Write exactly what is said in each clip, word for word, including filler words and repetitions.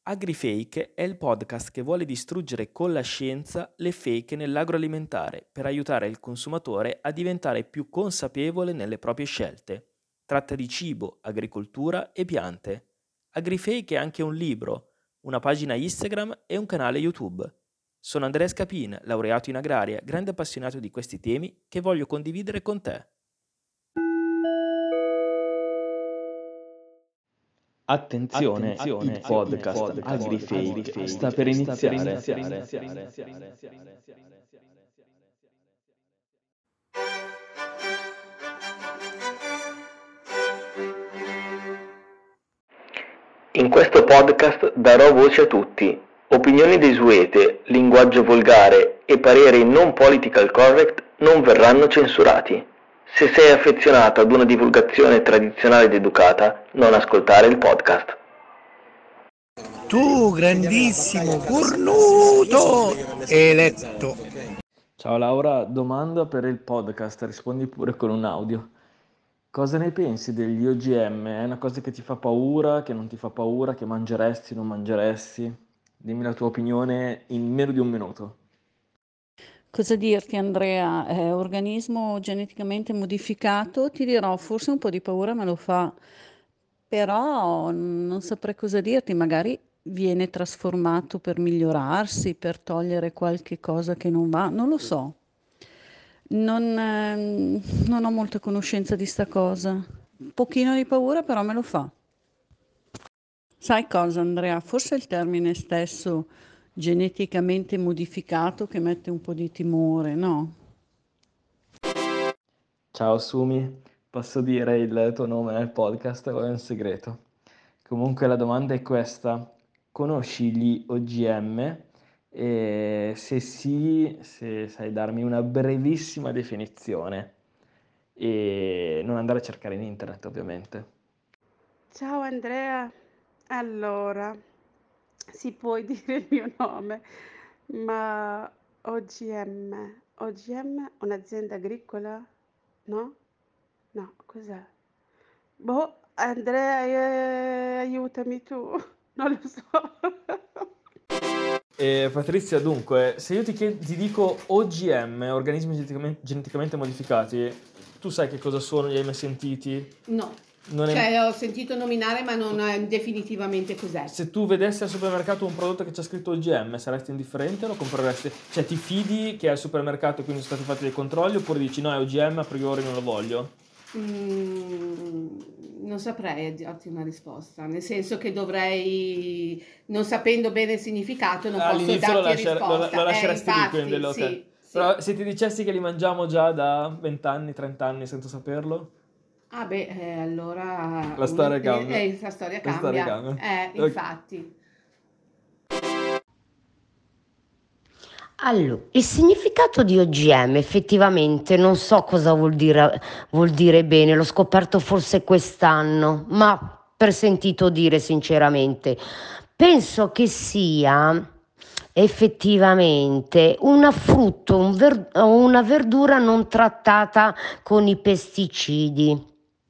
AgriFake è il podcast che vuole distruggere con la scienza le fake nell'agroalimentare per aiutare il consumatore a diventare più consapevole nelle proprie scelte. Tratta di cibo, agricoltura e piante. AgriFake è anche un libro, una pagina Instagram e un canale YouTube. Sono Andrea Scapin, laureato in agraria, grande appassionato di questi temi che voglio condividere con te. Attenzione, Attenzione, il podcast, podcast AgriFake, AgriFake sta per iniziare. Sta per iniziare. In questo podcast darò voce a tutti. Opinioni desuete, linguaggio volgare e pareri non political correct non verranno censurati. Se sei affezionato ad una divulgazione tradizionale ed educata, non ascoltare il podcast. Tu, grandissimo, cornuto, eletto. Ciao Laura, domanda per il podcast, rispondi pure con un audio. Cosa ne pensi degli O G M? È una cosa che ti fa paura, che non ti fa paura, che mangeresti, non mangeresti? Dimmi la tua opinione in meno di un minuto. Cosa dirti, Andrea? È organismo geneticamente modificato, ti dirò, forse un po' di paura me lo fa, però non saprei cosa dirti, magari viene trasformato per migliorarsi, per togliere qualche cosa che non va, non lo so. Non, ehm, non ho molta conoscenza di sta cosa. Un pochino di paura, però me lo fa. Sai cosa, Andrea? Forse è il termine stesso geneticamente modificato che mette un po' di timore, no? Ciao Sumi, posso dire il tuo nome nel podcast o è un segreto? Comunque la domanda è questa: conosci gli O G M? E se sì, se sai darmi una brevissima definizione e non andare a cercare in internet, ovviamente. Ciao Andrea, allora, si può dire il mio nome, ma O G M, O G M, un'azienda agricola? No? No, cos'è? Boh, Andrea, eh, aiutami tu, non lo so. E Patrizia, dunque, se io ti, chied- ti dico O G M, organismi geneticamente, geneticamente modificati, tu sai che cosa sono? Li hai mai sentiti? No, Non è- cioè ho sentito nominare ma non è definitivamente cos'è. Se tu vedessi al supermercato un prodotto che c'è scritto O G M, saresti indifferente o lo compreresti? Cioè ti fidi che al supermercato quindi sono stati fatti dei controlli oppure dici no, è O G M, a priori non lo voglio? Mm, non saprei darti una risposta, nel senso che dovrei, non sapendo bene il significato, non posso All'inizio lo, darti lascer- lo- risposta. lo lasceresti eh, lì, infatti, quindi, ok. sì, sì. Però se ti dicessi che li mangiamo già da venti anni, trenta anni senza saperlo? Ah beh, eh, allora... La storia cambia. Eh, la storia La cambia. storia cambia. Eh, Ok. infatti. Allora, il significato di O G M effettivamente non so cosa vuol dire, vuol dire bene, l'ho scoperto forse quest'anno, ma per sentito dire sinceramente. Penso che sia effettivamente un frutto, un ver- o una verdura non trattata con i pesticidi.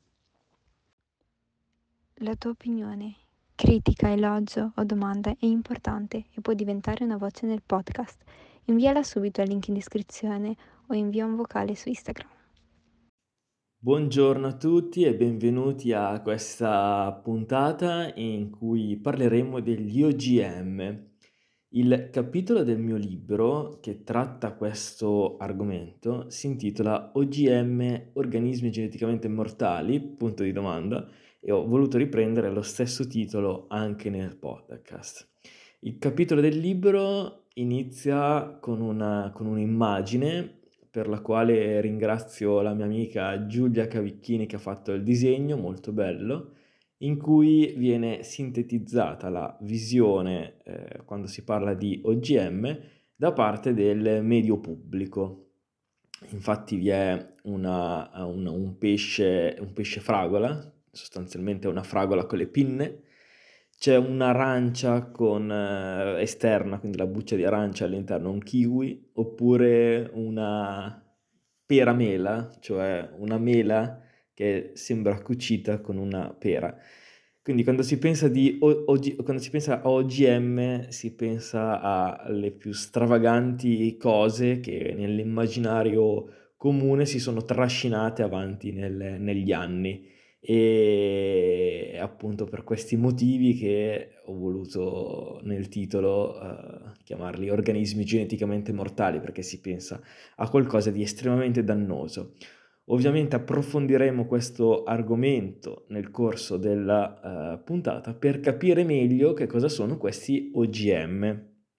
La tua opinione, critica, elogio o domanda è importante e può diventare una voce nel podcast. Inviala subito al link in descrizione o invia un vocale su Instagram. Buongiorno a tutti e benvenuti a questa puntata in cui parleremo degli O G M. Il capitolo del mio libro che tratta questo argomento si intitola O G M, organismi geneticamente mortali, punto di domanda, e ho voluto riprendere lo stesso titolo anche nel podcast. Il capitolo del libro inizia con una, con un'immagine per la quale ringrazio la mia amica Giulia Cavicchini che ha fatto il disegno, molto bello, in cui viene sintetizzata la visione, eh, quando si parla di O G M, da parte del medio pubblico. Infatti vi è una, una, un, pesce, un pesce fragola, sostanzialmente una fragola con le pinne, c'è un'arancia con, eh, esterna, quindi la buccia di arancia all'interno, un kiwi, oppure una pera mela, cioè una mela che sembra cucita con una pera. Quindi quando si pensa di O- OG quando si pensa a O G M si pensa alle più stravaganti cose che nell'immaginario comune si sono trascinate avanti nel- negli anni. E è appunto per questi motivi che ho voluto nel titolo eh, chiamarli organismi geneticamente mortali, perché si pensa a qualcosa di estremamente dannoso. Ovviamente approfondiremo questo argomento nel corso della eh, puntata per capire meglio che cosa sono questi O G M.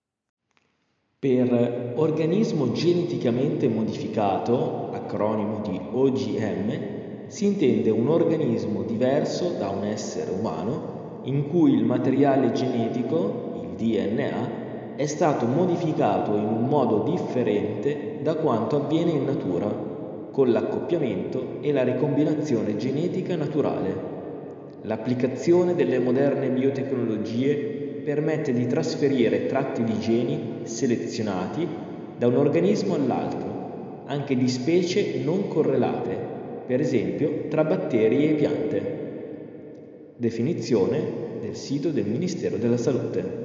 Per organismo geneticamente modificato, acronimo di O G M, si intende un organismo diverso da un essere umano in cui il materiale genetico, il D N A, è stato modificato in un modo differente da quanto avviene in natura, con l'accoppiamento e la ricombinazione genetica naturale. L'applicazione delle moderne biotecnologie permette di trasferire tratti di geni selezionati da un organismo all'altro, anche di specie non correlate, per esempio tra batteri e piante. Definizione del sito del Ministero della Salute.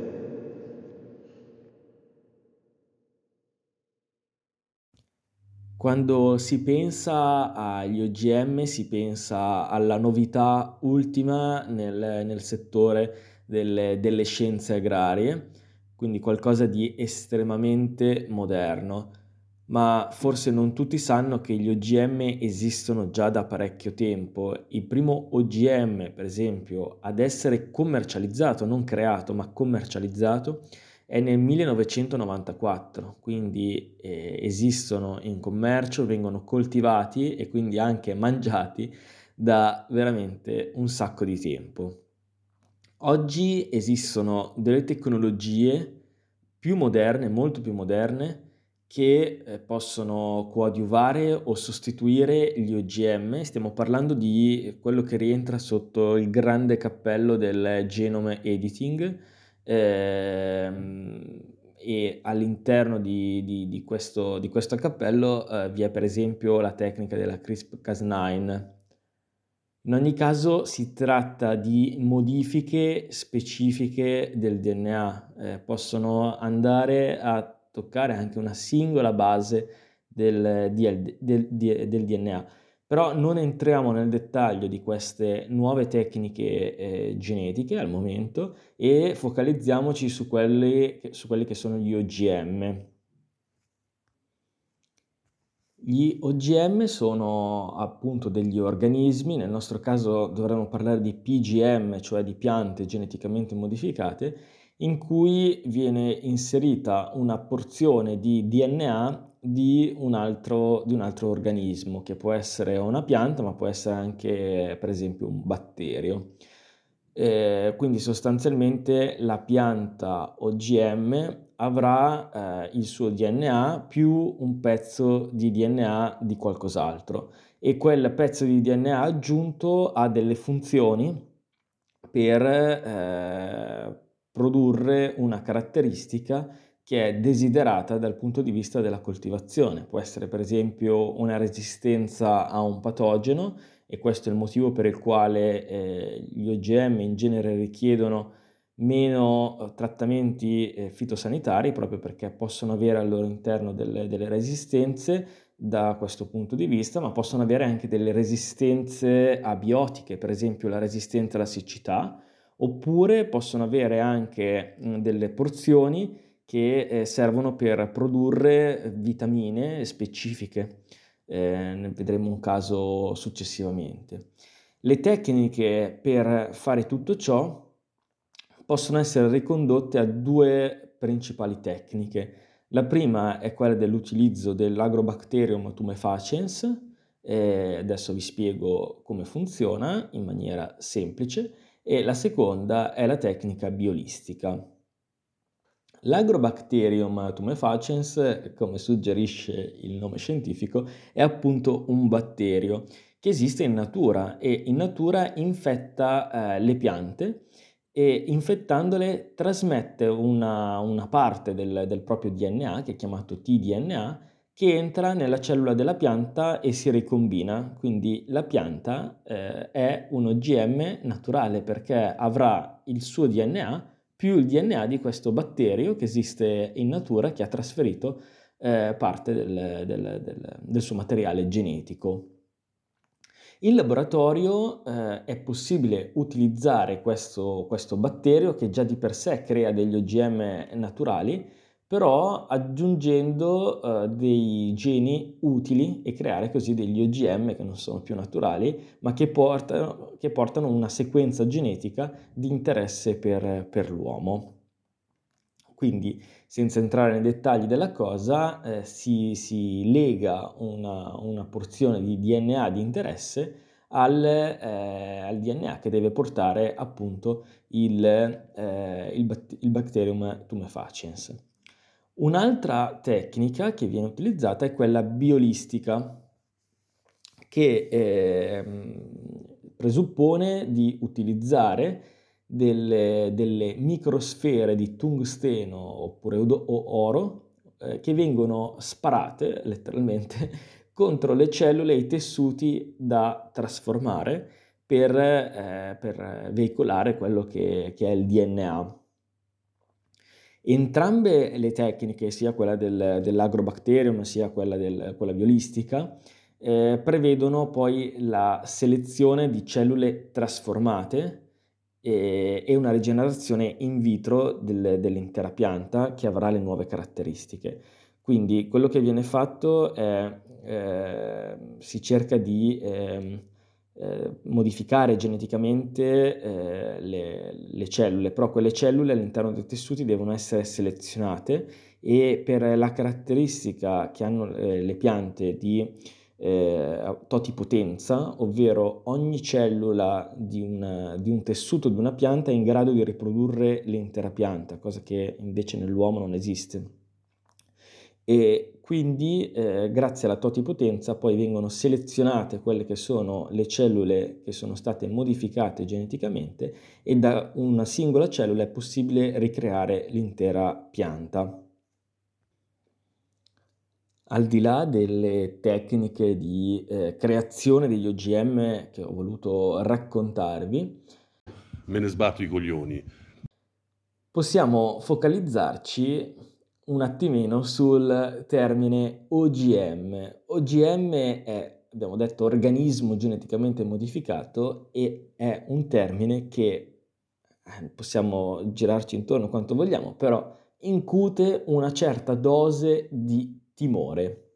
Quando si pensa agli O G M si pensa alla novità ultima nel, nel settore delle, delle scienze agrarie, quindi qualcosa di estremamente moderno, ma forse non tutti sanno che gli O G M esistono già da parecchio tempo. Il primo O G M, per esempio, ad essere commercializzato, non creato, ma commercializzato, è nel millenovecentonovantaquattro, quindi eh, esistono in commercio, vengono coltivati e quindi anche mangiati da veramente un sacco di tempo. Oggi esistono delle tecnologie più moderne, molto più moderne, che eh, possono coadiuvare o sostituire gli O G M. Stiamo parlando di quello che rientra sotto il grande cappello del genome editing, ehm, e all'interno di, di- di questo, di questo cappello eh, vi è per esempio la tecnica della CRISPR Cas nove. In ogni caso si tratta di modifiche specifiche del D N A, eh, possono andare a toccare anche una singola base del, del- del- del D N A, però non entriamo nel dettaglio di queste nuove tecniche eh, genetiche al momento e focalizziamoci su quelli, su quelli che sono gli O G M. Gli O G M sono appunto degli organismi, nel nostro caso dovremmo parlare di P G M, cioè di piante geneticamente modificate, in cui viene inserita una porzione di D N A di un altro, di un altro organismo, che può essere una pianta, ma può essere anche per esempio un batterio. Eh, quindi sostanzialmente la pianta O G M avrà eh, il suo D N A più un pezzo di D N A di qualcos'altro e quel pezzo di D N A aggiunto ha delle funzioni per eh, produrre una caratteristica che è desiderata dal punto di vista della coltivazione. Può essere per esempio una resistenza a un patogeno, e questo è il motivo per il quale eh, gli O G M in genere richiedono meno eh, trattamenti eh, fitosanitari, proprio perché possono avere al loro interno delle, delle resistenze da questo punto di vista, ma possono avere anche delle resistenze abiotiche, per esempio la resistenza alla siccità, oppure possono avere anche mh, delle porzioni che eh, servono per produrre vitamine specifiche. Eh, ne vedremo un caso successivamente. Le tecniche per fare tutto ciò possono essere ricondotte a due principali tecniche. La prima è quella dell'utilizzo dell'Agrobacterium tumefaciens, e adesso vi spiego come funziona in maniera semplice, e la seconda è la tecnica biolistica. L'Agrobacterium tumefaciens, come suggerisce il nome scientifico, è appunto un batterio che esiste in natura e in natura infetta eh, le piante e infettandole trasmette una, una parte del, del proprio D N A, che è chiamato T D N A, che entra nella cellula della pianta e si ricombina. Quindi la pianta eh, è un O G M naturale perché avrà il suo D N A più il D N A di questo batterio che esiste in natura, che ha trasferito eh, parte del, del, del, del suo materiale genetico. In laboratorio eh, è possibile utilizzare questo, questo batterio che già di per sé crea degli O G M naturali, però aggiungendo eh, dei geni utili e creare così degli O G M che non sono più naturali, ma che portano, che portano una sequenza genetica di interesse per, per l'uomo. Quindi, senza entrare nei dettagli della cosa, eh, si, si lega una, una porzione di D N A di interesse al, eh, al D N A che deve portare appunto il, eh, il, bat- il Bacterium tumefaciens. Un'altra tecnica che viene utilizzata è quella biolistica, che eh, presuppone di utilizzare delle, delle microsfere di tungsteno oppure odo- o oro eh, che vengono sparate letteralmente contro le cellule e i tessuti da trasformare per, eh, per veicolare quello che, che è il D N A. Entrambe le tecniche, sia quella del, dell'agrobacterium sia quella, del, quella biolistica, eh, prevedono poi la selezione di cellule trasformate e, e una rigenerazione in vitro del, dell'intera pianta che avrà le nuove caratteristiche. Quindi quello che viene fatto è eh, si cerca di eh, eh, modificare geneticamente eh, le, le cellule, però quelle cellule all'interno dei tessuti devono essere selezionate e per la caratteristica che hanno eh, le piante di eh, totipotenza, ovvero ogni cellula di, una, di un tessuto di una pianta è in grado di riprodurre l'intera pianta, cosa che invece nell'uomo non esiste. E quindi eh, grazie alla totipotenza poi vengono selezionate quelle che sono le cellule che sono state modificate geneticamente e da una singola cellula è possibile ricreare l'intera pianta. Al di là delle tecniche di eh, creazione degli O G M che ho voluto raccontarvi, me ne sbatto i coglioni. Possiamo focalizzarci un attimino sul termine O G M. O G M è, abbiamo detto, organismo geneticamente modificato e è un termine che possiamo girarci intorno quanto vogliamo, però incute una certa dose di timore.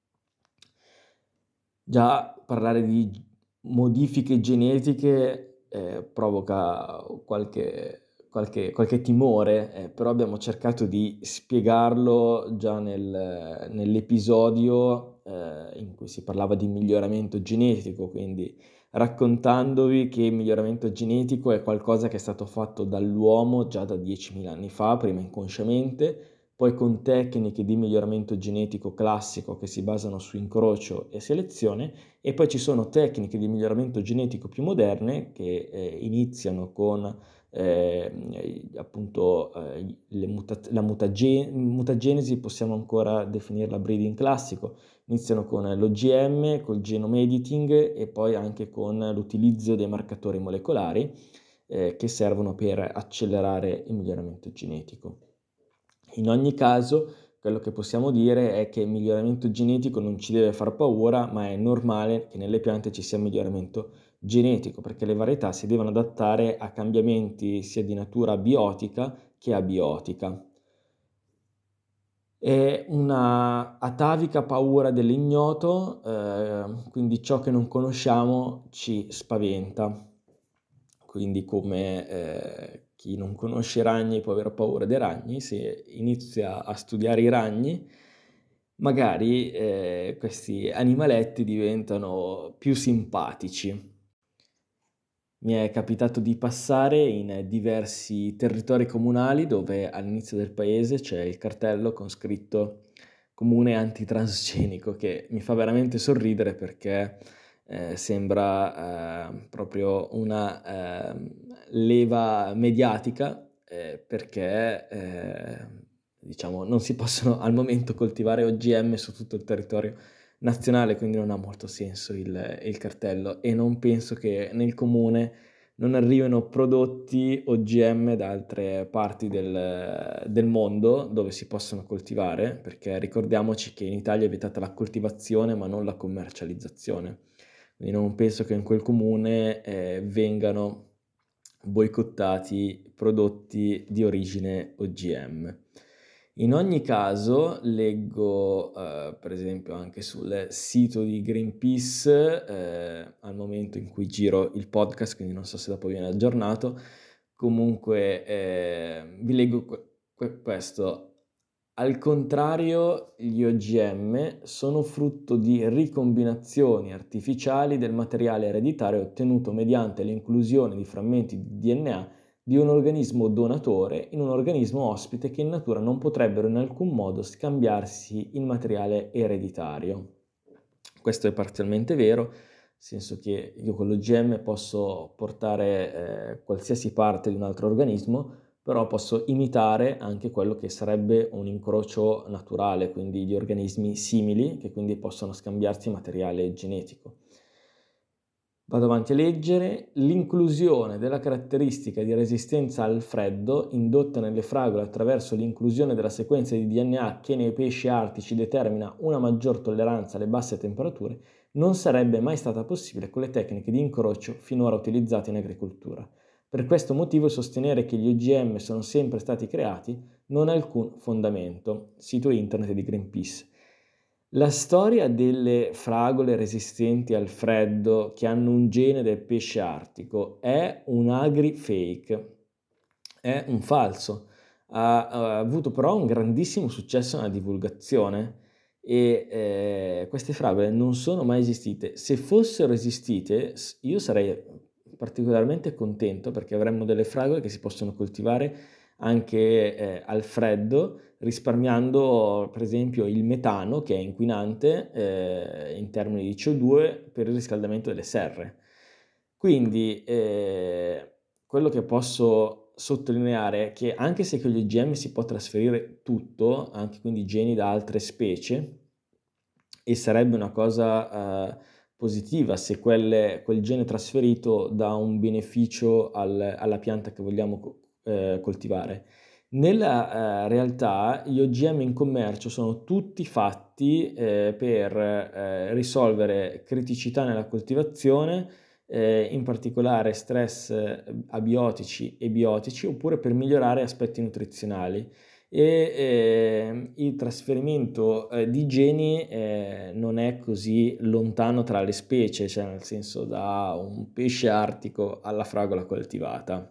Già parlare di modifiche genetiche eh, provoca qualche Qualche, qualche timore, eh, però abbiamo cercato di spiegarlo già nel, nell'episodio eh, in cui si parlava di miglioramento genetico, quindi raccontandovi che il miglioramento genetico è qualcosa che è stato fatto dall'uomo già da diecimila anni fa, prima inconsciamente, poi con tecniche di miglioramento genetico classico che si basano su incrocio e selezione, e poi ci sono tecniche di miglioramento genetico più moderne che eh, iniziano con Eh, appunto eh, le muta- la mutagen- mutagenesi, possiamo ancora definirla breeding classico, iniziano con l'O G M, col genome editing e poi anche con l'utilizzo dei marcatori molecolari eh, che servono per accelerare il miglioramento genetico. In ogni caso, quello che possiamo dire è che il miglioramento genetico non ci deve far paura, ma è normale che nelle piante ci sia miglioramento genetico, perché le varietà si devono adattare a cambiamenti sia di natura biotica che abiotica. È una atavica paura dell'ignoto, eh, quindi ciò che non conosciamo ci spaventa. Quindi come eh, chi non conosce i ragni può aver paura dei ragni, se inizia a studiare i ragni, magari eh, questi animaletti diventano più simpatici. Mi è capitato di passare in diversi territori comunali dove all'inizio del paese c'è il cartello con scritto comune antitransgenico, che mi fa veramente sorridere perché eh, sembra eh, proprio una eh, leva mediatica eh, perché eh, diciamo, non si possono al momento coltivare O G M su tutto il territorio nazionale, quindi non ha molto senso il, il cartello, e non penso che nel comune non arrivino prodotti O G M da altre parti del, del mondo dove si possono coltivare, perché ricordiamoci che in Italia è vietata la coltivazione ma non la commercializzazione, quindi non penso che in quel comune eh, vengano boicottati prodotti di origine O G M. In ogni caso, leggo eh, per esempio anche sul sito di Greenpeace, eh, al momento in cui giro il podcast, quindi non so se dopo viene aggiornato, comunque eh, vi leggo que- que- questo. Al contrario, gli O G M sono frutto di ricombinazioni artificiali del materiale ereditario ottenuto mediante l'inclusione di frammenti di D N A di un organismo donatore in un organismo ospite che in natura non potrebbero in alcun modo scambiarsi il materiale ereditario. Questo è parzialmente vero, nel senso che io con l'O G M posso portare eh, qualsiasi parte di un altro organismo, però posso imitare anche quello che sarebbe un incrocio naturale, quindi di organismi simili che quindi possono scambiarsi materiale genetico. Vado avanti a leggere. L'inclusione della caratteristica di resistenza al freddo indotta nelle fragole attraverso l'inclusione della sequenza di D N A che nei pesci artici determina una maggior tolleranza alle basse temperature non sarebbe mai stata possibile con le tecniche di incrocio finora utilizzate in agricoltura. Per questo motivo sostenere che gli O G M sono sempre stati creati non ha alcun fondamento. Sito internet di Greenpeace. La storia delle fragole resistenti al freddo che hanno un gene del pesce artico è un agri-fake, è un falso. Ha, ha avuto però un grandissimo successo nella divulgazione e eh, queste fragole non sono mai esistite. Se fossero esistite, io sarei particolarmente contento perché avremmo delle fragole che si possono coltivare anche eh, al freddo, risparmiando per esempio il metano che è inquinante eh, in termini di C O due per il riscaldamento delle serre. Quindi eh, quello che posso sottolineare è che anche se con gli O G M si può trasferire tutto, anche quindi geni da altre specie, e sarebbe una cosa eh, positiva se quelle, quel gene trasferito dà un beneficio al, alla pianta che vogliamo eh, coltivare. Nella eh, realtà gli O G M in commercio sono tutti fatti eh, per eh, risolvere criticità nella coltivazione, eh, in particolare stress eh, abiotici e biotici, oppure per migliorare aspetti nutrizionali. E eh, il trasferimento eh, di geni eh, non è così lontano tra le specie, cioè nel senso da un pesce artico alla fragola coltivata.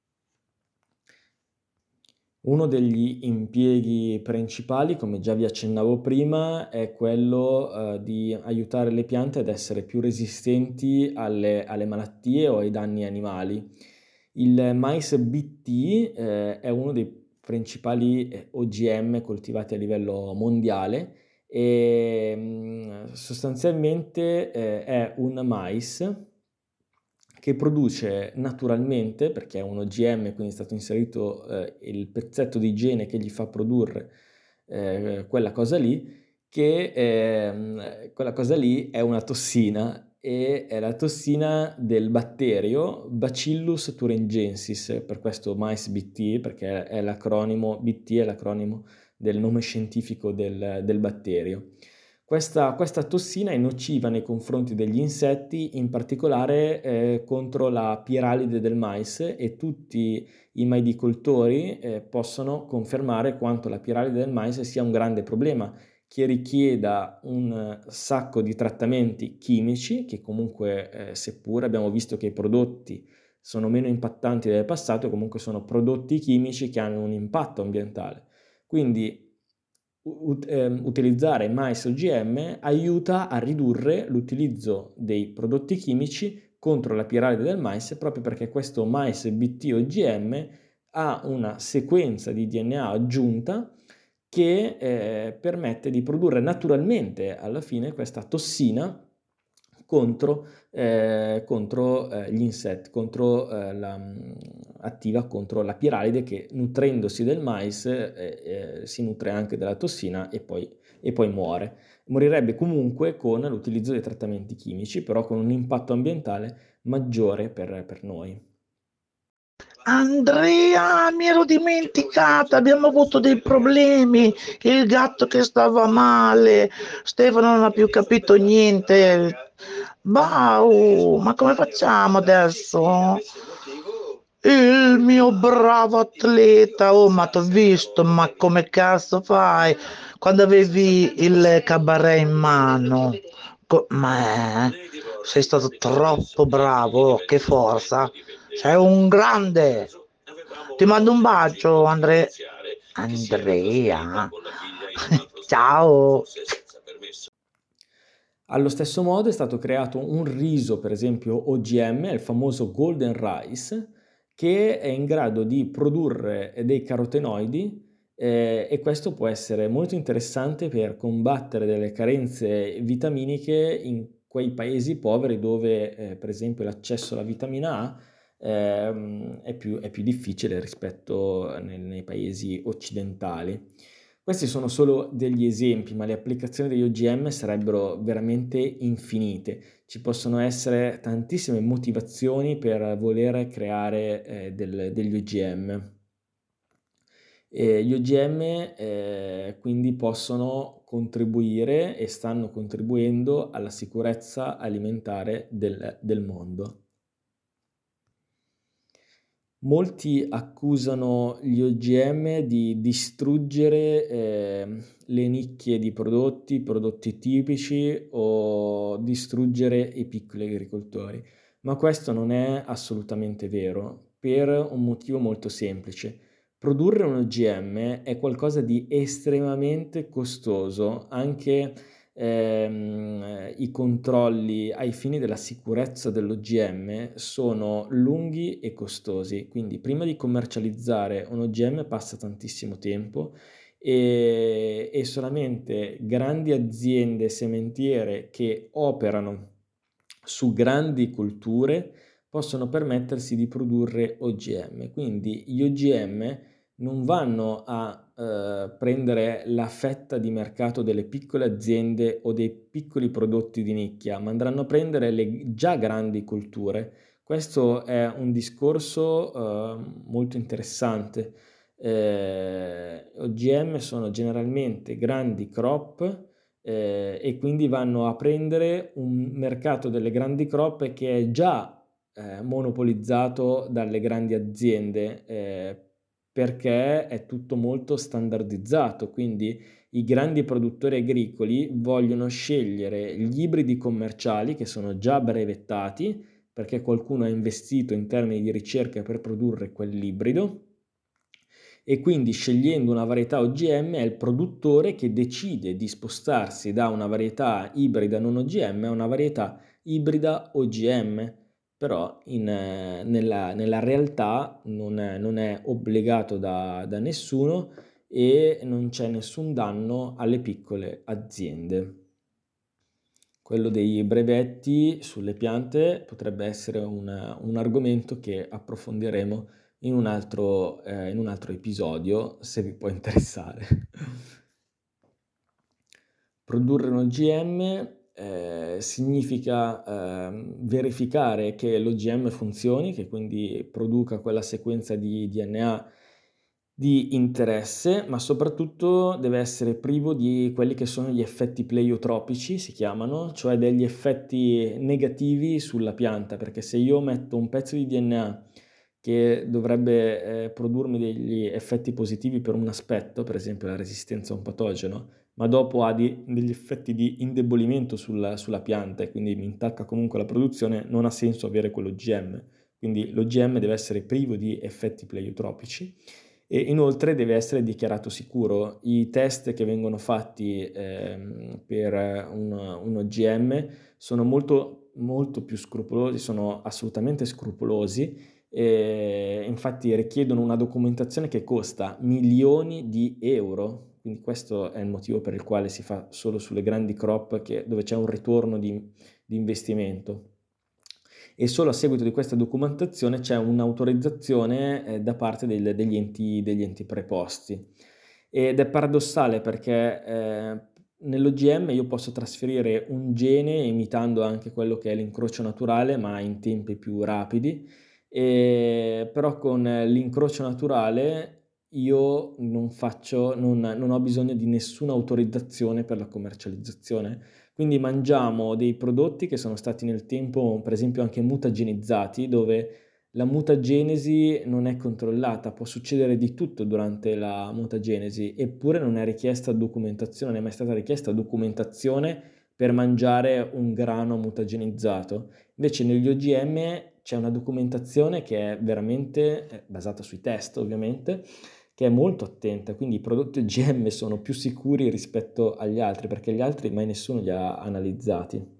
Uno degli impieghi principali, come già vi accennavo prima, è quello eh, di aiutare le piante ad essere più resistenti alle, alle malattie o ai danni animali. Il mais B T eh, è uno dei principali O G M coltivati a livello mondiale e mh, sostanzialmente eh, è un mais che produce naturalmente, perché è un O G M, quindi è stato inserito eh, il pezzetto di gene che gli fa produrre eh, quella cosa lì, che eh, quella cosa lì è una tossina e è la tossina del batterio Bacillus thuringiensis, per questo mais B T, perché è l'acronimo, B T è l'acronimo del nome scientifico del, del batterio. Questa, questa tossina è nociva nei confronti degli insetti, in particolare eh, contro la piralide del mais, e tutti i maidicoltori eh, possono confermare quanto la piralide del mais sia un grande problema che richieda un sacco di trattamenti chimici che comunque, eh, seppur abbiamo visto che i prodotti sono meno impattanti del passato, comunque sono prodotti chimici che hanno un impatto ambientale. Quindi ut- ehm, utilizzare mais O G M aiuta a ridurre l'utilizzo dei prodotti chimici contro la piralide del mais, proprio perché questo mais B T O G M ha una sequenza di D N A aggiunta che eh, permette di produrre naturalmente alla fine questa tossina contro, eh, contro eh, gli insetti, contro eh, la, attiva contro la piralide che nutrendosi del mais eh, eh, si nutre anche della tossina e poi, e poi muore. Morirebbe comunque con l'utilizzo dei trattamenti chimici, però con un impatto ambientale maggiore per, per noi. Andrea, mi ero dimenticata, abbiamo avuto dei problemi, il gatto che stava male, Stefano non ha più capito niente. Bau, ma come facciamo adesso? Il mio bravo atleta, oh ma t'ho visto, ma come cazzo fai quando avevi il cabaret in mano? Co- ma eh, sei stato troppo bravo, che forza, sei un grande. Ti mando un bacio, Andre... Andrea. Ciao. Allo stesso modo è stato creato un riso, per esempio O G M, il famoso Golden Rice, che è in grado di produrre dei carotenoidi eh, e questo può essere molto interessante per combattere delle carenze vitaminiche in quei paesi poveri dove, eh, per esempio, l'accesso alla vitamina A ehm, è più, è più difficile rispetto nei, nei paesi occidentali. Questi sono solo degli esempi, ma le applicazioni degli O G M sarebbero veramente infinite. Ci possono essere tantissime motivazioni per voler creare eh, del- degli O G M. E gli O G M eh, quindi possono contribuire e stanno contribuendo alla sicurezza alimentare del, del mondo. Molti accusano gli O G M di distruggere eh, le nicchie di prodotti, prodotti tipici o distruggere i piccoli agricoltori, ma questo non è assolutamente vero per un motivo molto semplice. Produrre un O G M è qualcosa di estremamente costoso, anche ehm, i controlli ai fini della sicurezza dell'O G M sono lunghi e costosi, quindi prima di commercializzare un O G M passa tantissimo tempo e, e solamente grandi aziende sementiere che operano su grandi colture possono permettersi di produrre O G M. Quindi gli O G M non vanno a eh, prendere la fetta di mercato delle piccole aziende o dei piccoli prodotti di nicchia, ma andranno a prendere le già grandi colture. Questo è un discorso eh, molto interessante. Eh, O G M sono generalmente grandi crop eh, e quindi vanno a prendere un mercato delle grandi crop che è già eh, monopolizzato dalle grandi aziende eh, perché è tutto molto standardizzato, quindi i grandi produttori agricoli vogliono scegliere gli ibridi commerciali che sono già brevettati perché qualcuno ha investito in termini di ricerca per produrre quell'ibrido e quindi scegliendo una varietà O G M è il produttore che decide di spostarsi da una varietà ibrida non O G M a una varietà ibrida O G M, però in, eh, nella, nella realtà non è, non è obbligato da, da nessuno e non c'è nessun danno alle piccole aziende. Quello dei brevetti sulle piante potrebbe essere un, un argomento che approfondiremo in un altro, eh, in un altro episodio, se vi può interessare. Produrre un O G M eh, significa eh, verificare che l'O G M funzioni, che quindi produca quella sequenza di D N A di interesse, ma soprattutto deve essere privo di quelli che sono gli effetti pleiotropici, si chiamano, cioè degli effetti negativi sulla pianta, perché se io metto un pezzo di D N A che dovrebbe eh, produrmi degli effetti positivi per un aspetto, per esempio la resistenza a un patogeno, ma dopo ha di, degli effetti di indebolimento sulla, sulla pianta e quindi mi intacca comunque la produzione, non ha senso avere quell'O G M. Quindi l'O G M deve essere privo di effetti pleiotropici e inoltre deve essere dichiarato sicuro. I test che vengono fatti ehm, per un, un O G M sono molto, molto più scrupolosi, sono assolutamente scrupolosi e infatti richiedono una documentazione che costa milioni di euro, quindi questo è il motivo per il quale si fa solo sulle grandi crop che, dove c'è un ritorno di, di di investimento. E solo a seguito di questa documentazione c'è un'autorizzazione eh, da parte del- degli enti, degli enti preposti. Ed è paradossale perché eh, nell'O G M io posso trasferire un gene imitando anche quello che è l'incrocio naturale, ma in tempi più rapidi, e, però con l'incrocio naturale io non faccio, non, non ho bisogno di nessuna autorizzazione per la commercializzazione. Quindi mangiamo dei prodotti che sono stati nel tempo, per esempio, anche mutagenizzati, dove la mutagenesi non è controllata, può succedere di tutto durante la mutagenesi, eppure non è richiesta documentazione, non è mai stata richiesta documentazione per mangiare un grano mutagenizzato. Invece negli O G M c'è una documentazione che è veramente eh, basata sui test, ovviamente, che è molto attenta, quindi i prodotti O G M sono più sicuri rispetto agli altri, perché gli altri mai nessuno li ha analizzati.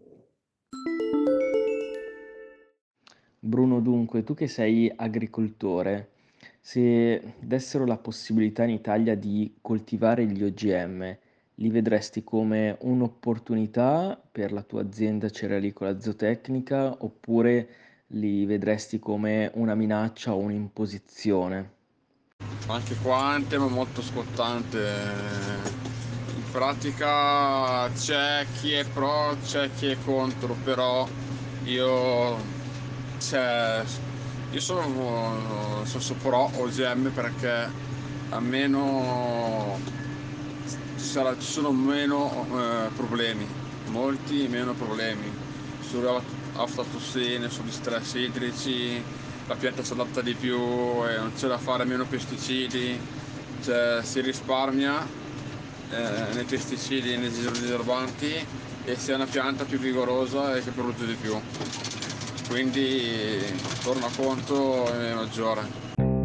Bruno, dunque, tu che sei agricoltore, se dessero la possibilità in Italia di coltivare gli O G M, li vedresti come un'opportunità per la tua azienda cerealicola zootecnica oppure li vedresti come una minaccia o un'imposizione? Anche qua è un tema molto scottante. In pratica c'è chi è pro, c'è chi è contro, però io, cioè, io sono, sono pro O G M perché almeno ci, sarà- ci sono meno eh, problemi, molti meno problemi sulle aflatossine, sugli stress idrici, la pianta si adatta di più e non c'è da fare, meno pesticidi, cioè si risparmia eh, nei pesticidi e nei disturbanti e si ha una pianta più vigorosa e che produce di più. Quindi il tornaconto è maggiore.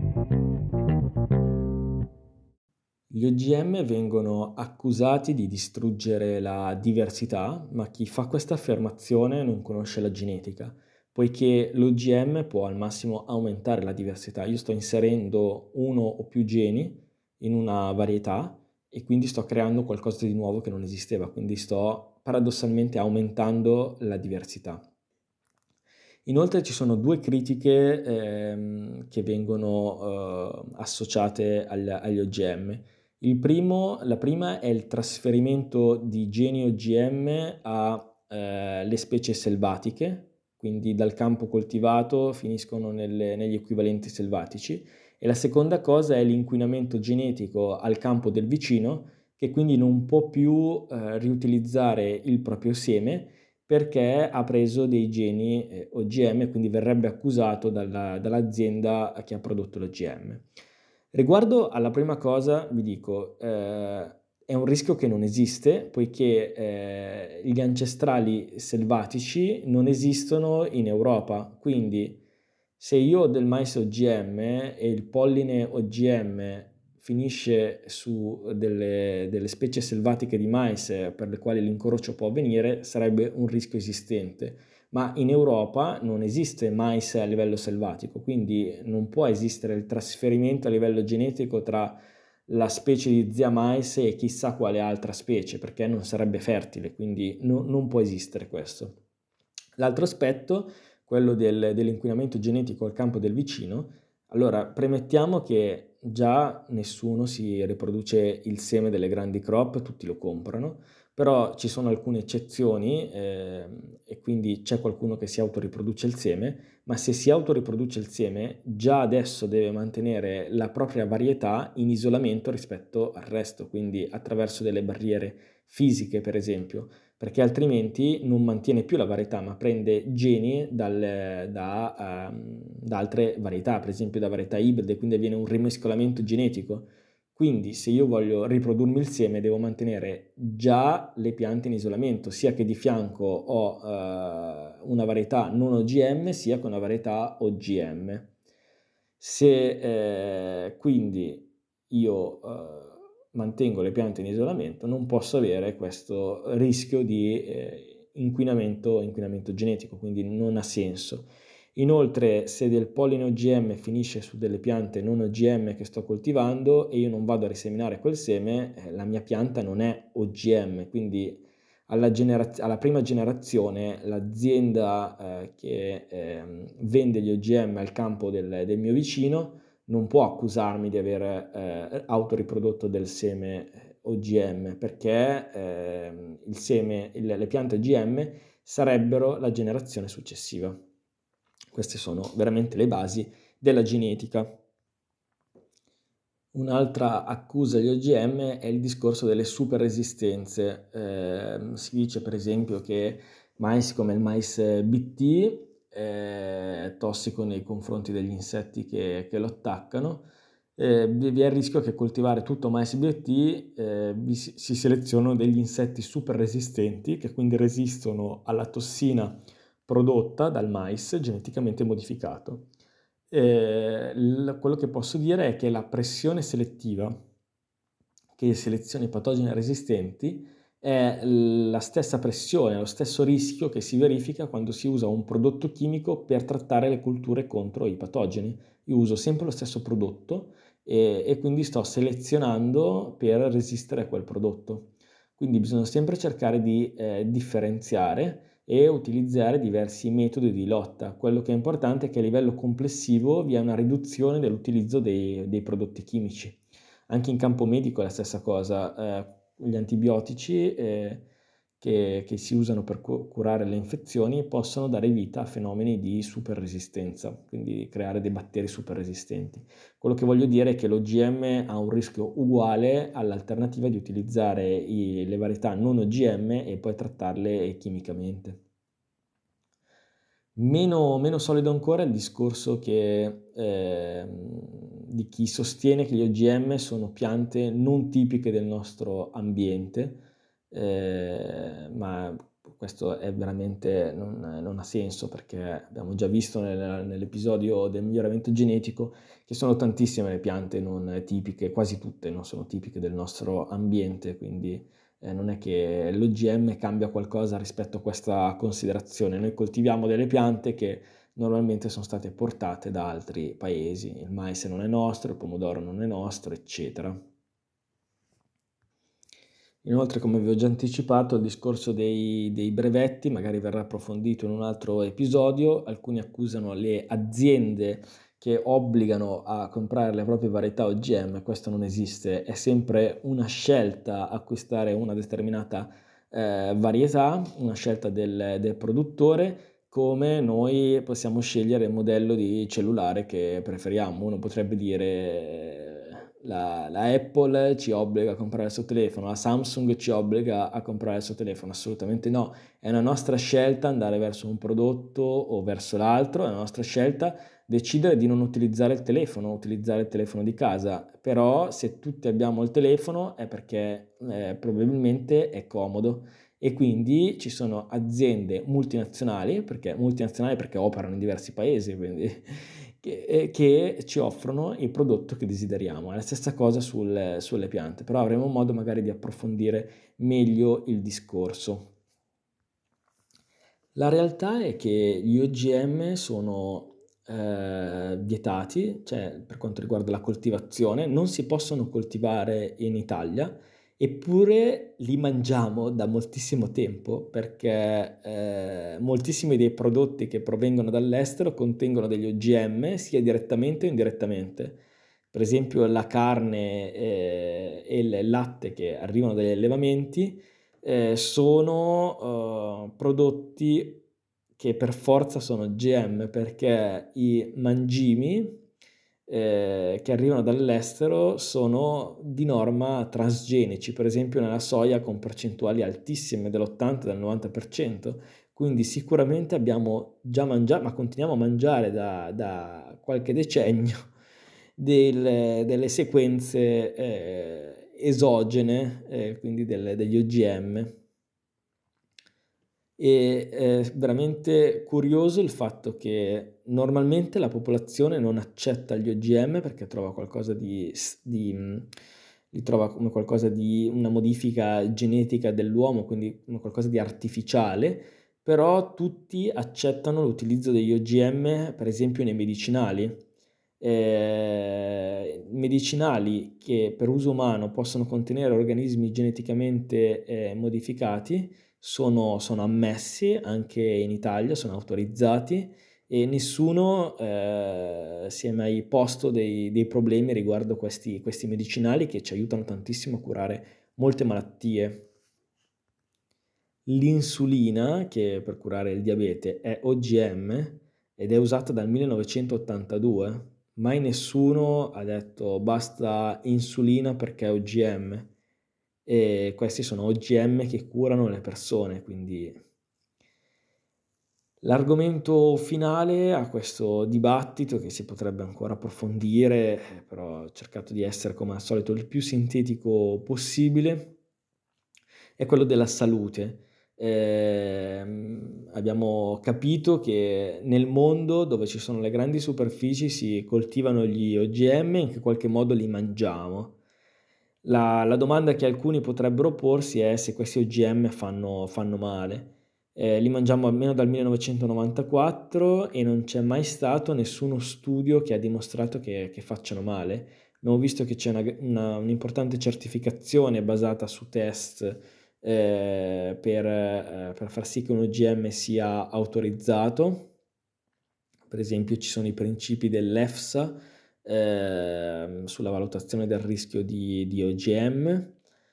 Gli O G M vengono accusati di distruggere la diversità, ma chi fa questa affermazione non conosce la genetica, poiché l'O G M può al massimo aumentare la diversità. Io sto inserendo uno o più geni in una varietà e quindi sto creando qualcosa di nuovo che non esisteva, quindi sto paradossalmente aumentando la diversità. Inoltre ci sono due critiche ehm, che vengono eh, associate al- agli O G M. Il primo, la prima è il trasferimento di geni O G M alle specie selvatiche, quindi dal campo coltivato finiscono nelle- negli equivalenti selvatici, e la seconda cosa è l'inquinamento genetico al campo del vicino, che quindi non può più eh, riutilizzare il proprio seme perché ha preso dei geni eh, O G M e quindi verrebbe accusato dalla- dall'azienda che ha prodotto l'O G M. Riguardo alla prima cosa, vi dico, eh, è un rischio che non esiste, poiché eh, gli ancestrali selvatici non esistono in Europa, quindi se io ho del mais O G M e il polline O G M finisce su delle, delle specie selvatiche di mais per le quali l'incrocio può avvenire, sarebbe un rischio esistente. Ma in Europa non esiste mais a livello selvatico, quindi non può esistere il trasferimento a livello genetico tra la specie di zia mais e chissà quale altra specie, perché non sarebbe fertile, quindi no- non può esistere questo. L'altro aspetto, quello del- dell'inquinamento genetico al campo del vicino, allora premettiamo che già nessuno si riproduce il seme delle grandi crop, tutti lo comprano, però ci sono alcune eccezioni eh, e quindi c'è qualcuno che si autoriproduce il seme, ma se si autoriproduce il seme già adesso deve mantenere la propria varietà in isolamento rispetto al resto, quindi attraverso delle barriere fisiche per esempio, perché altrimenti non mantiene più la varietà ma prende geni dal- da, ehm, da altre varietà, per esempio da varietà ibride, quindi avviene un rimescolamento genetico. Quindi se io voglio riprodurmi il seme devo mantenere già le piante in isolamento, sia che di fianco ho eh, una varietà non O G M, sia che una varietà O G M. Se eh, quindi io eh, mantengo le piante in isolamento, non posso avere questo rischio di eh, inquinamento, inquinamento genetico, quindi non ha senso. Inoltre, se del polline O G M finisce su delle piante non O G M che sto coltivando e io non vado a riseminare quel seme, eh, la mia pianta non è O G M, quindi alla, generaz- alla prima generazione l'azienda eh, che eh, vende gli O G M al campo del, del mio vicino non può accusarmi di aver eh, autoriprodotto del seme O G M, perché eh, il seme, il, le piante O G M sarebbero la generazione successiva. Queste sono veramente le basi della genetica. Un'altra accusa agli O G M è il discorso delle super resistenze. Eh, si dice per esempio che mais come il mais B T è tossico nei confronti degli insetti che, che lo attaccano. Eh, vi è il rischio che coltivare tutto mais B T eh, si, si selezionano degli insetti super resistenti che quindi resistono alla tossina prodotta dal mais geneticamente modificato. Eh, l- quello che posso dire è che la pressione selettiva che seleziona i patogeni resistenti è la stessa pressione, lo stesso rischio che si verifica quando si usa un prodotto chimico per trattare le colture contro i patogeni. Io uso sempre lo stesso prodotto e, e quindi sto selezionando per resistere a quel prodotto. Quindi bisogna sempre cercare di eh, differenziare e utilizzare diversi metodi di lotta. Quello che è importante è che a livello complessivo vi è una riduzione dell'utilizzo dei, dei prodotti chimici. Anche in campo medico è la stessa cosa, eh, gli antibiotici eh, che, che si usano per cu- curare le infezioni possono dare vita a fenomeni di superresistenza, quindi creare dei batteri superresistenti. Quello che voglio dire è che l'O G M ha un rischio uguale all'alternativa di utilizzare i, le varietà non O G M e poi trattarle chimicamente. Meno, meno solido ancora è il discorso che, eh, di chi sostiene che gli O G M sono piante non tipiche del nostro ambiente, eh, ma questo è veramente non, non ha senso, perché abbiamo già visto nel, nell'episodio del miglioramento genetico che sono tantissime le piante non tipiche, quasi tutte non sono tipiche del nostro ambiente, quindi eh, non è che l'O G M cambia qualcosa rispetto a questa considerazione. Noi coltiviamo delle piante che normalmente sono state portate da altri paesi, il mais non è nostro, il pomodoro non è nostro, eccetera. Inoltre, come vi ho già anticipato, il discorso dei, dei brevetti magari verrà approfondito in un altro episodio. Alcuni accusano le aziende che obbligano a comprare le proprie varietà O G M. Questo non esiste, è sempre una scelta acquistare una determinata eh, varietà, una scelta del, del produttore, come noi possiamo scegliere il modello di cellulare che preferiamo. Uno potrebbe dire la, la Apple ci obbliga a comprare il suo telefono, la Samsung ci obbliga a comprare il suo telefono. Assolutamente no, è una nostra scelta andare verso un prodotto o verso l'altro, è una nostra scelta decidere di non utilizzare il telefono, utilizzare il telefono di casa. Però se tutti abbiamo il telefono è perché eh, probabilmente è comodo, e quindi ci sono aziende multinazionali, perché multinazionali perché operano in diversi paesi, quindi che, che ci offrono il prodotto che desideriamo. È la stessa cosa sul, sulle piante, però avremo modo magari di approfondire meglio il discorso. La realtà è che gli O G M sono eh, vietati, cioè per quanto riguarda la coltivazione, non si possono coltivare in Italia, eppure li mangiamo da moltissimo tempo, perché eh, moltissimi dei prodotti che provengono dall'estero contengono degli O G M sia direttamente o indirettamente. Per esempio la carne eh, e il latte che arrivano dagli allevamenti eh, sono uh, prodotti che per forza sono G M, perché i mangimi eh, che arrivano dall'estero sono di norma transgenici, per esempio nella soia con percentuali altissime dell'ottanta del novanta per cento, quindi sicuramente abbiamo già mangiato, ma continuiamo a mangiare da, da qualche decennio del, delle sequenze eh, esogene, eh, quindi delle, degli O G M. E è veramente curioso il fatto che normalmente la popolazione non accetta gli O G M perché trova qualcosa di, di li trova come qualcosa di una modifica genetica dell'uomo, quindi come qualcosa di artificiale, però tutti accettano l'utilizzo degli O G M, per esempio nei medicinali. Eh, medicinali che per uso umano possono contenere organismi geneticamente eh, modificati, sono, sono ammessi anche in Italia, sono autorizzati e nessuno eh, si è mai posto dei, dei problemi riguardo questi, questi medicinali che ci aiutano tantissimo a curare molte malattie. L'insulina, che per curare il diabete è O G M ed è usata dal millenovecentottantadue. Mai nessuno ha detto basta insulina perché è O G M, e questi sono O G M che curano le persone. Quindi l'argomento finale a questo dibattito, che si potrebbe ancora approfondire, però ho cercato di essere come al solito il più sintetico possibile, è quello della salute. Eh, abbiamo capito che nel mondo dove ci sono le grandi superfici si coltivano gli O G M e in che qualche modo li mangiamo. La, la domanda che alcuni potrebbero porsi è se questi O G M fanno, fanno male. Eh, li mangiamo almeno dal millenovecentonovantaquattro e non c'è mai stato nessuno studio che ha dimostrato che, che facciano male. Abbiamo visto che c'è una, una, un'importante certificazione basata su test Eh, per, eh, per far sì che un O G M sia autorizzato. Per esempio ci sono i principi dell'EFSA eh, sulla valutazione del rischio di, di O G M,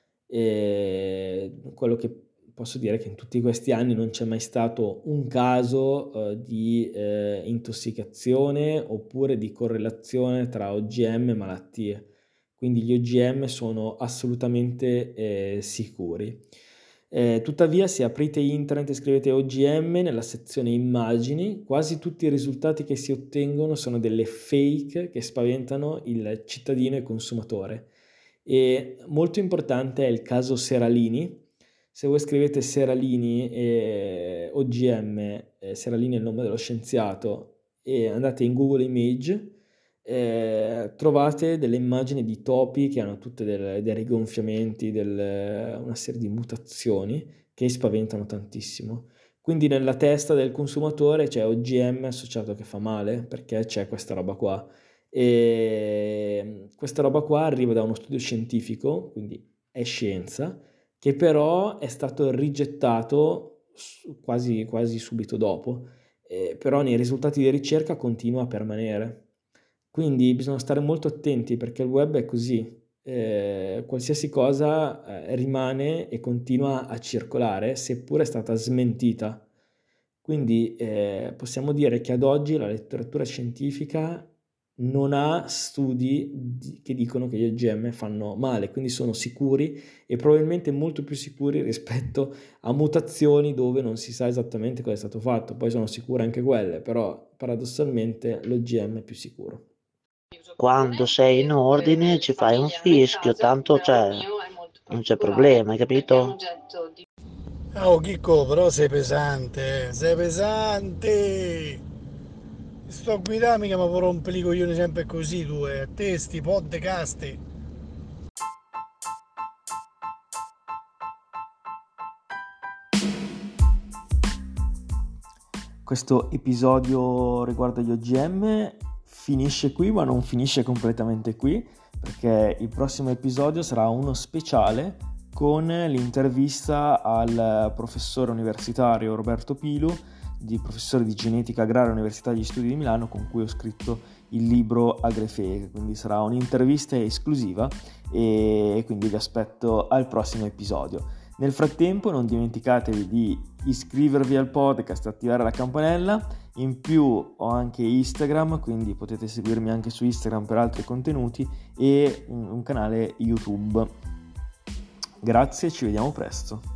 e quello che posso dire è che in tutti questi anni non c'è mai stato un caso eh, di eh, intossicazione oppure di correlazione tra O G M e malattie. Quindi gli O G M sono assolutamente eh, sicuri. Eh, tuttavia, se aprite internet e scrivete O G M nella sezione immagini, quasi tutti i risultati che si ottengono sono delle fake che spaventano il cittadino e il consumatore. E molto importante è il caso Seralini. Se voi scrivete Seralini e O G M, eh, Seralini è il nome dello scienziato, e andate in Google Image, Eh, trovate delle immagini di topi che hanno tutte del, dei rigonfiamenti, del, una serie di mutazioni che spaventano tantissimo. Quindi nella testa del consumatore c'è O G M associato che fa male perché c'è questa roba qua, e questa roba qua arriva da uno studio scientifico, quindi è scienza, che però è stato rigettato quasi, quasi subito dopo, eh, però nei risultati di ricerca continua a permanere. Quindi bisogna stare molto attenti perché il web è così, eh, qualsiasi cosa eh, rimane e continua a circolare seppure è stata smentita. Quindi eh, possiamo dire che ad oggi la letteratura scientifica non ha studi di, che dicono che gli O G M fanno male, quindi sono sicuri e probabilmente molto più sicuri rispetto a mutazioni dove non si sa esattamente cosa è stato fatto. Poi sono sicure anche quelle, però paradossalmente l'O G M è più sicuro. Quando sei in ordine ci fai un fischio, tanto cioè, non c'è problema, hai capito? Oh Chicco, però sei pesante, sei pesante! Sto guidando mica mi rompe i coglioni sempre così tu, eh. Te sti podcast. Questo episodio riguardo gli O G M finisce qui, ma non finisce completamente qui, perché il prossimo episodio sarà uno speciale con l'intervista al professore universitario Roberto Pilu, di professore di genetica agraria all'Università degli Studi di Milano, con cui ho scritto il libro Agrifege. Quindi sarà un'intervista esclusiva e quindi vi aspetto al prossimo episodio. Nel frattempo non dimenticatevi di iscrivervi al podcast e attivare la campanella. In più ho anche Instagram, quindi potete seguirmi anche su Instagram per altri contenuti, e un, un canale YouTube. Grazie, ci vediamo presto.